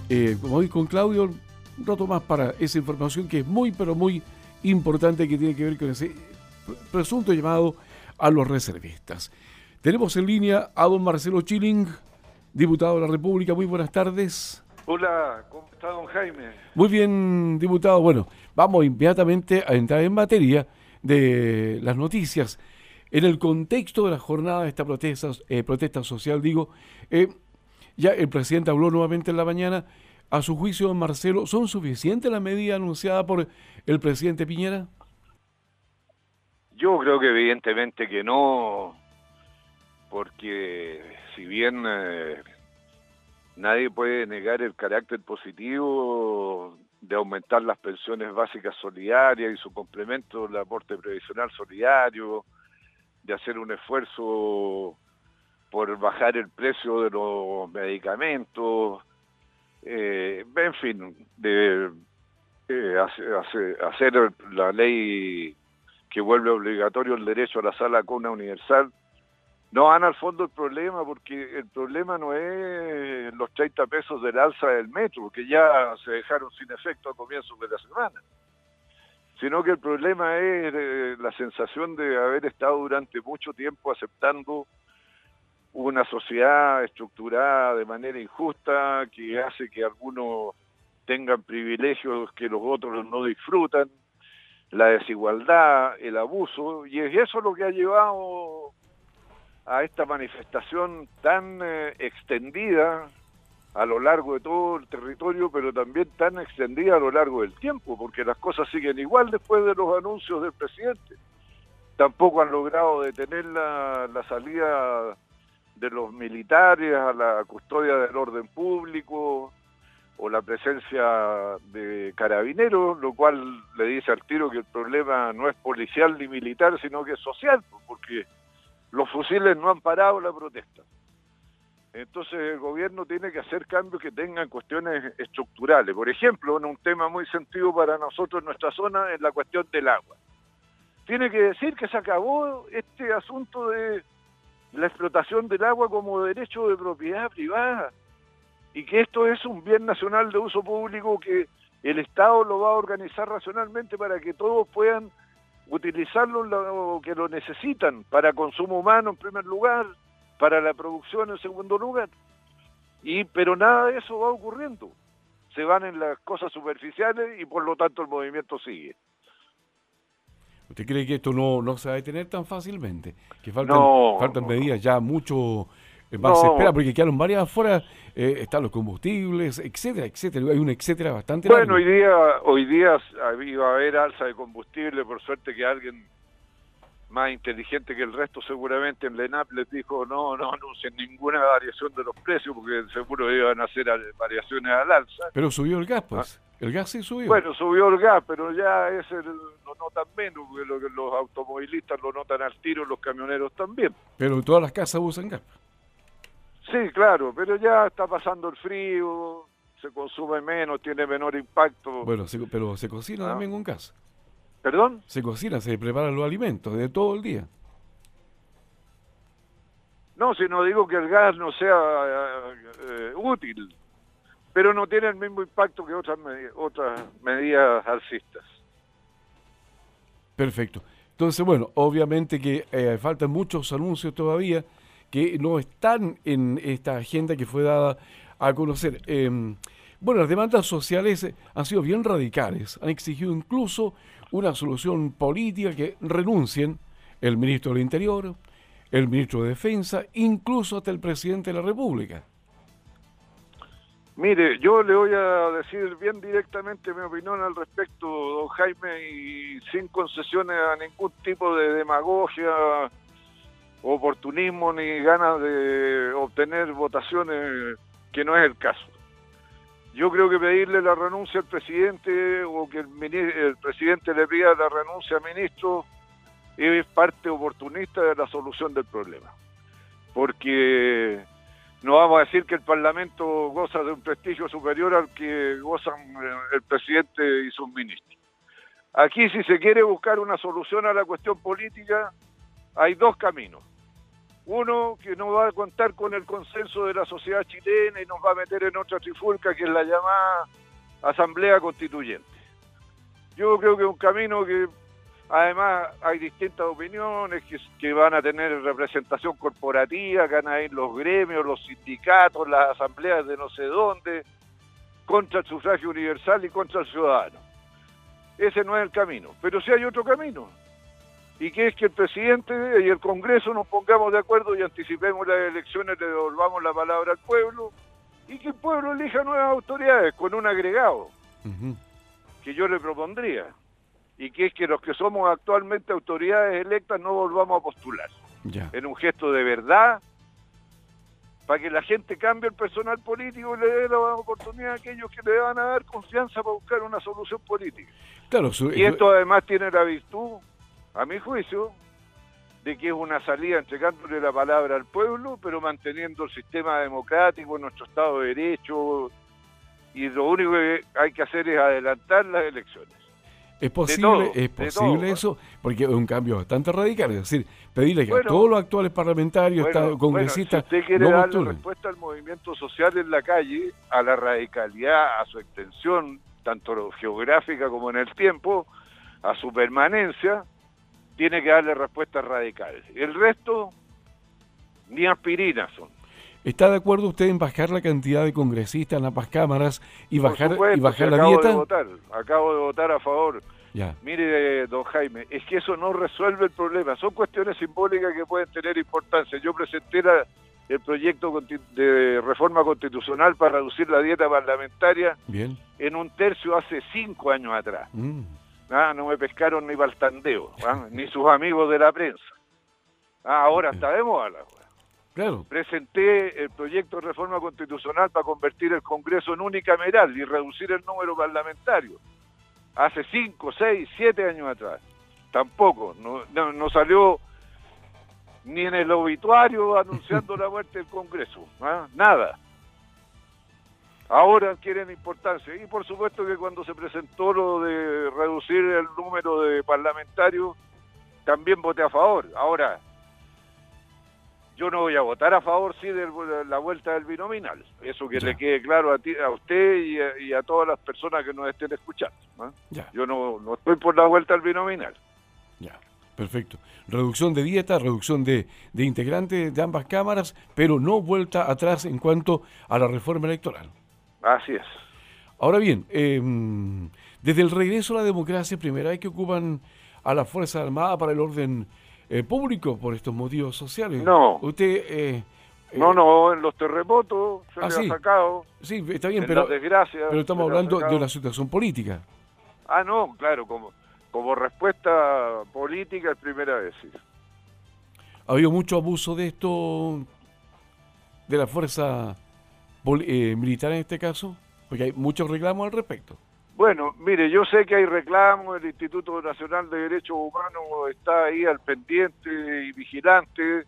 como voy con Claudio, un rato más para esa información que es muy, pero muy importante, que tiene que ver con ese presunto llamado a los reservistas. Tenemos en línea a don Marcelo Chilling, diputado de la República. Muy buenas tardes. Hola, ¿cómo está don Jaime? Muy bien, diputado. Bueno, vamos inmediatamente a entrar en materia de las noticias. En el contexto de la jornada de esta protesta social, ya el presidente habló nuevamente en la mañana. A su juicio, don Marcelo, ¿son suficientes las medidas anunciadas por el presidente Piñera? Yo creo que evidentemente que no, porque si bien nadie puede negar el carácter positivo de aumentar las pensiones básicas solidarias y su complemento, el aporte previsional solidario, de hacer un esfuerzo por bajar el precio de los medicamentos, en fin, de hacer la ley que vuelve obligatorio el derecho a la sala cuna universal, no van al fondo el problema, porque el problema no es los 30 pesos del alza del metro, que ya se dejaron sin efecto a comienzos de la semana, sino que el problema es la sensación de haber estado durante mucho tiempo aceptando una sociedad estructurada de manera injusta, que hace que algunos tengan privilegios que los otros no disfrutan, la desigualdad, el abuso, y es eso lo que ha llevado a esta manifestación tan extendida a lo largo de todo el territorio, pero también tan extendida a lo largo del tiempo, porque las cosas siguen igual después de los anuncios del presidente. Tampoco han logrado detener la salida de los militares a la custodia del orden público o la presencia de carabineros, lo cual le dice al tiro que el problema no es policial ni militar, sino que es social, porque los fusiles no han parado la protesta. Entonces el gobierno tiene que hacer cambios que tengan cuestiones estructurales. Por ejemplo, un tema muy sentido para nosotros en nuestra zona es la cuestión del agua. Tiene que decir que se acabó este asunto de la explotación del agua como derecho de propiedad privada y que esto es un bien nacional de uso público que el Estado lo va a organizar racionalmente para que todos puedan utilizarlo lo que lo necesitan, para consumo humano en primer lugar, para la producción en segundo lugar. Pero nada de eso va ocurriendo. Se van en las cosas superficiales y por lo tanto el movimiento sigue. ¿Usted cree que esto no se va a detener tan fácilmente? Que faltan No. medidas ya mucho más se espera, No. porque quedaron varias afuera, están los combustibles, etcétera, etcétera. Hay un etcétera bastante Bueno, largo. hoy día iba a haber alza de combustible, por suerte que alguien más inteligente que el resto seguramente en la ENAP les dijo no anuncien ninguna variación de los precios, porque seguro iban a hacer variaciones al alza. Pero subió el gas, pues. El gas sí subió. Bueno, subió el gas, pero ya lo notan menos, porque los automovilistas lo notan al tiro, los camioneros también. Pero todas las casas usan gas. Sí, claro, pero ya está pasando el frío, se consume menos, tiene menor impacto. Bueno, pero se cocina también con gas. ¿Perdón? Se cocina, se preparan los alimentos de todo el día. No, si no digo que el gas no sea útil, pero no tiene el mismo impacto que otras medidas alcistas. Perfecto. Entonces, bueno, obviamente que faltan muchos anuncios todavía que no están en esta agenda que fue dada a conocer. Bueno, las demandas sociales han sido bien radicales. Han exigido incluso una solución política, que renuncien el ministro del Interior, el ministro de Defensa, incluso hasta el presidente de la República. Mire, yo le voy a decir bien directamente mi opinión al respecto, don Jaime, y sin concesiones a ningún tipo de demagogia, oportunismo ni ganas de obtener votaciones, que no es el caso. Yo creo que pedirle la renuncia al presidente o que el presidente le pida la renuncia al ministro es parte oportunista de la solución del problema. Porque no vamos a decir que el Parlamento goza de un prestigio superior al que gozan el presidente y sus ministros. Aquí, si se quiere buscar una solución a la cuestión política, hay dos caminos. Uno que no va a contar con el consenso de la sociedad chilena y nos va a meter en otra trifulca que es la llamada Asamblea Constituyente. Yo creo que es un camino que además hay distintas opiniones que van a tener representación corporativa, que van a ir los gremios, los sindicatos, las asambleas de no sé dónde, contra el sufragio universal y contra el ciudadano. Ese no es el camino, pero sí hay otro camino, y que es que el presidente y el Congreso nos pongamos de acuerdo y anticipemos las elecciones, le devolvamos la palabra al pueblo, y que el pueblo elija nuevas autoridades con un agregado que yo le propondría, y que es que los que somos actualmente autoridades electas no volvamos a postular, en un gesto de verdad, para que la gente cambie el personal político y le dé la oportunidad a aquellos que le van a dar confianza para buscar una solución política. Claro, y esto además tiene la virtud, a mi juicio, de que es una salida entregándole la palabra al pueblo, pero manteniendo el sistema democrático, nuestro Estado de Derecho, y lo único que hay que hacer es adelantar las elecciones. Es posible eso, porque es un cambio bastante radical, es decir, pedirle que a todos los actuales parlamentarios, congresistas, si usted quiere darle respuesta al movimiento social en la calle, a la radicalidad, a su extensión, tanto geográfica como en el tiempo, a su permanencia, tiene que darle respuestas radicales. El resto, ni aspirinas son. ¿Está de acuerdo usted en bajar la cantidad de congresistas en ambas cámaras y bajar la dieta? Acabo de votar a favor. Ya. Mire, don Jaime, es que eso no resuelve el problema. Son cuestiones simbólicas que pueden tener importancia. Yo presenté el proyecto de reforma constitucional para reducir la dieta parlamentaria en un tercio hace 5 años atrás. No me pescaron ni para el tandeo, ni sus amigos de la prensa. Ahora está de moda la... Claro. Presenté el proyecto de reforma constitucional para convertir el Congreso en unicameral y reducir el número parlamentario. Hace 5, 6, 7 años atrás. Tampoco. No salió ni en el obituario anunciando la muerte del Congreso. Nada. Ahora adquieren importancia. Y por supuesto que cuando se presentó lo de reducir el número de parlamentarios, también voté a favor. Ahora, yo no voy a votar a favor, sí, de la vuelta del binominal. Eso que le quede claro a usted y a todas las personas que nos estén escuchando. Yo no estoy por la vuelta al binominal. Ya, perfecto. Reducción de dieta, reducción de integrantes de ambas cámaras, pero no vuelta atrás en cuanto a la reforma electoral. Así es. Ahora bien, desde el regreso a la democracia, primera vez que ocupan a la Fuerza Armada para el orden público por estos motivos sociales. No. Usted... no, en los terremotos se le ha sacado. Sí, está bien, pero estamos hablando de una situación política. No, claro, como respuesta política es primera vez, sí. ¿Ha habido mucho abuso de esto, de la fuerza militar en este caso? Porque hay muchos reclamos al respecto. Bueno, mire, yo sé que hay reclamos, el Instituto Nacional de Derechos Humanos está ahí al pendiente y vigilante.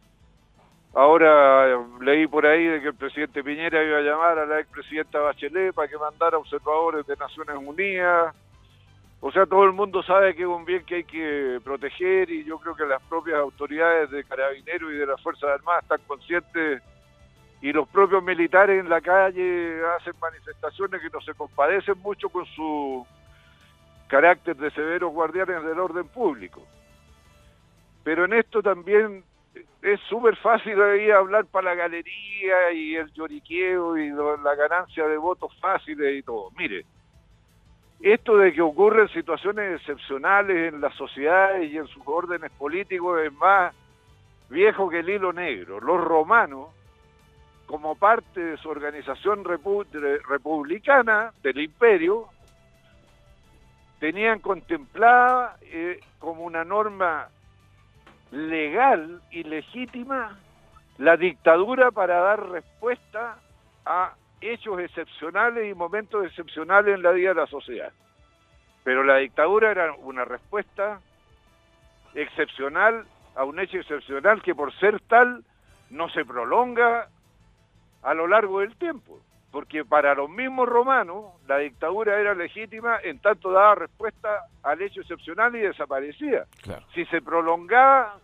Ahora leí por ahí de que el presidente Piñera iba a llamar a la expresidenta Bachelet para que mandara observadores de Naciones Unidas. O sea, todo el mundo sabe que es un bien que hay que proteger y yo creo que las propias autoridades de Carabineros y de las Fuerzas Armadas están conscientes. Y los propios militares en la calle hacen manifestaciones que no se compadecen mucho con su carácter de severos guardianes del orden público. Pero en esto también es súper fácil ahí hablar para la galería y el lloriqueo y la ganancia de votos fáciles y todo. Mire, esto de que ocurren situaciones excepcionales en las sociedades y en sus órdenes políticos es más viejo que el hilo negro. Los romanos, como parte de su organización republicana del imperio, tenían contemplada como una norma legal y legítima la dictadura para dar respuesta a hechos excepcionales y momentos excepcionales en la vida de la sociedad. Pero la dictadura era una respuesta excepcional a un hecho excepcional que por ser tal no se prolonga a lo largo del tiempo, porque para los mismos romanos la dictadura era legítima en tanto daba respuesta al hecho excepcional y desaparecía. Claro. Si se prolongaba,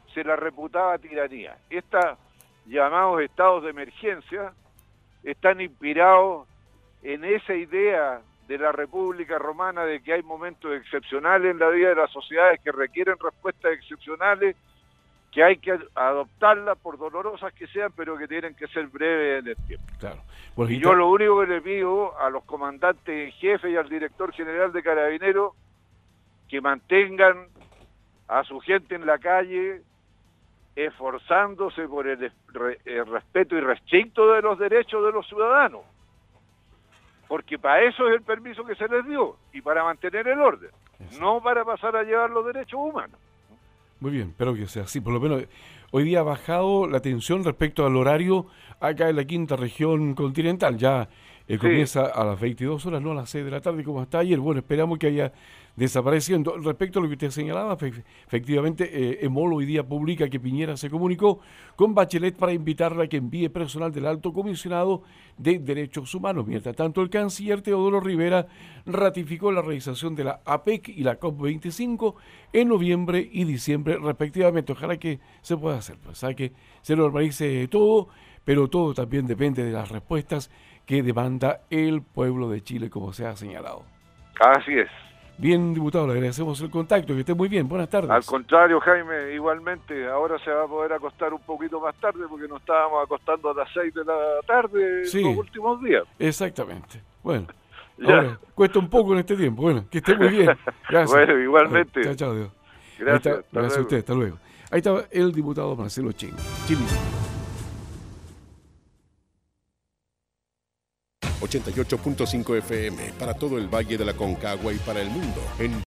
se la reputaba tiranía. Estos llamados estados de emergencia están inspirados en esa idea de la República Romana de que hay momentos excepcionales en la vida de las sociedades que requieren respuestas excepcionales, que hay que adoptarlas por dolorosas que sean, pero que tienen que ser breves en el tiempo. Claro. Bueno, y yo lo único que le pido a los comandantes en jefe y al director general de Carabineros que mantengan a su gente en la calle esforzándose por el respeto irrestricto de los derechos de los ciudadanos, porque para eso es el permiso que se les dio y para mantener el orden, no para pasar a llevar los derechos humanos. Muy bien, espero que sea así. Por lo menos hoy día ha bajado la tensión respecto al horario acá en la quinta región continental. Ya comienza a las 22 horas, no a las 6 de la tarde como hasta ayer. Bueno, esperamos que haya desapareciendo. Respecto a lo que usted señalaba, efectivamente, EMOL hoy día publica que Piñera se comunicó con Bachelet para invitarla a que envíe personal del Alto Comisionado de Derechos Humanos. Mientras tanto, el canciller Teodoro Rivera ratificó la realización de la APEC y la COP25 en noviembre y diciembre respectivamente. Ojalá que se pueda hacer, pues, que se normalice todo, pero todo también depende de las respuestas que demanda el pueblo de Chile, como se ha señalado. Así es. Bien, diputado, le agradecemos el contacto, que esté muy bien, buenas tardes. Al contrario, Jaime, igualmente, ahora se va a poder acostar un poquito más tarde porque nos estábamos acostando a las 6 de la tarde los últimos días. Exactamente. Bueno, ahora cuesta un poco en este tiempo. Bueno, que esté muy bien. Gracias. Bueno, igualmente. Chao, chao, Dios. Gracias. Gracias a usted, hasta luego. Ahí estaba el diputado Marcelo Chini. 88.5 FM para todo el Valle de la Concagua y para el mundo en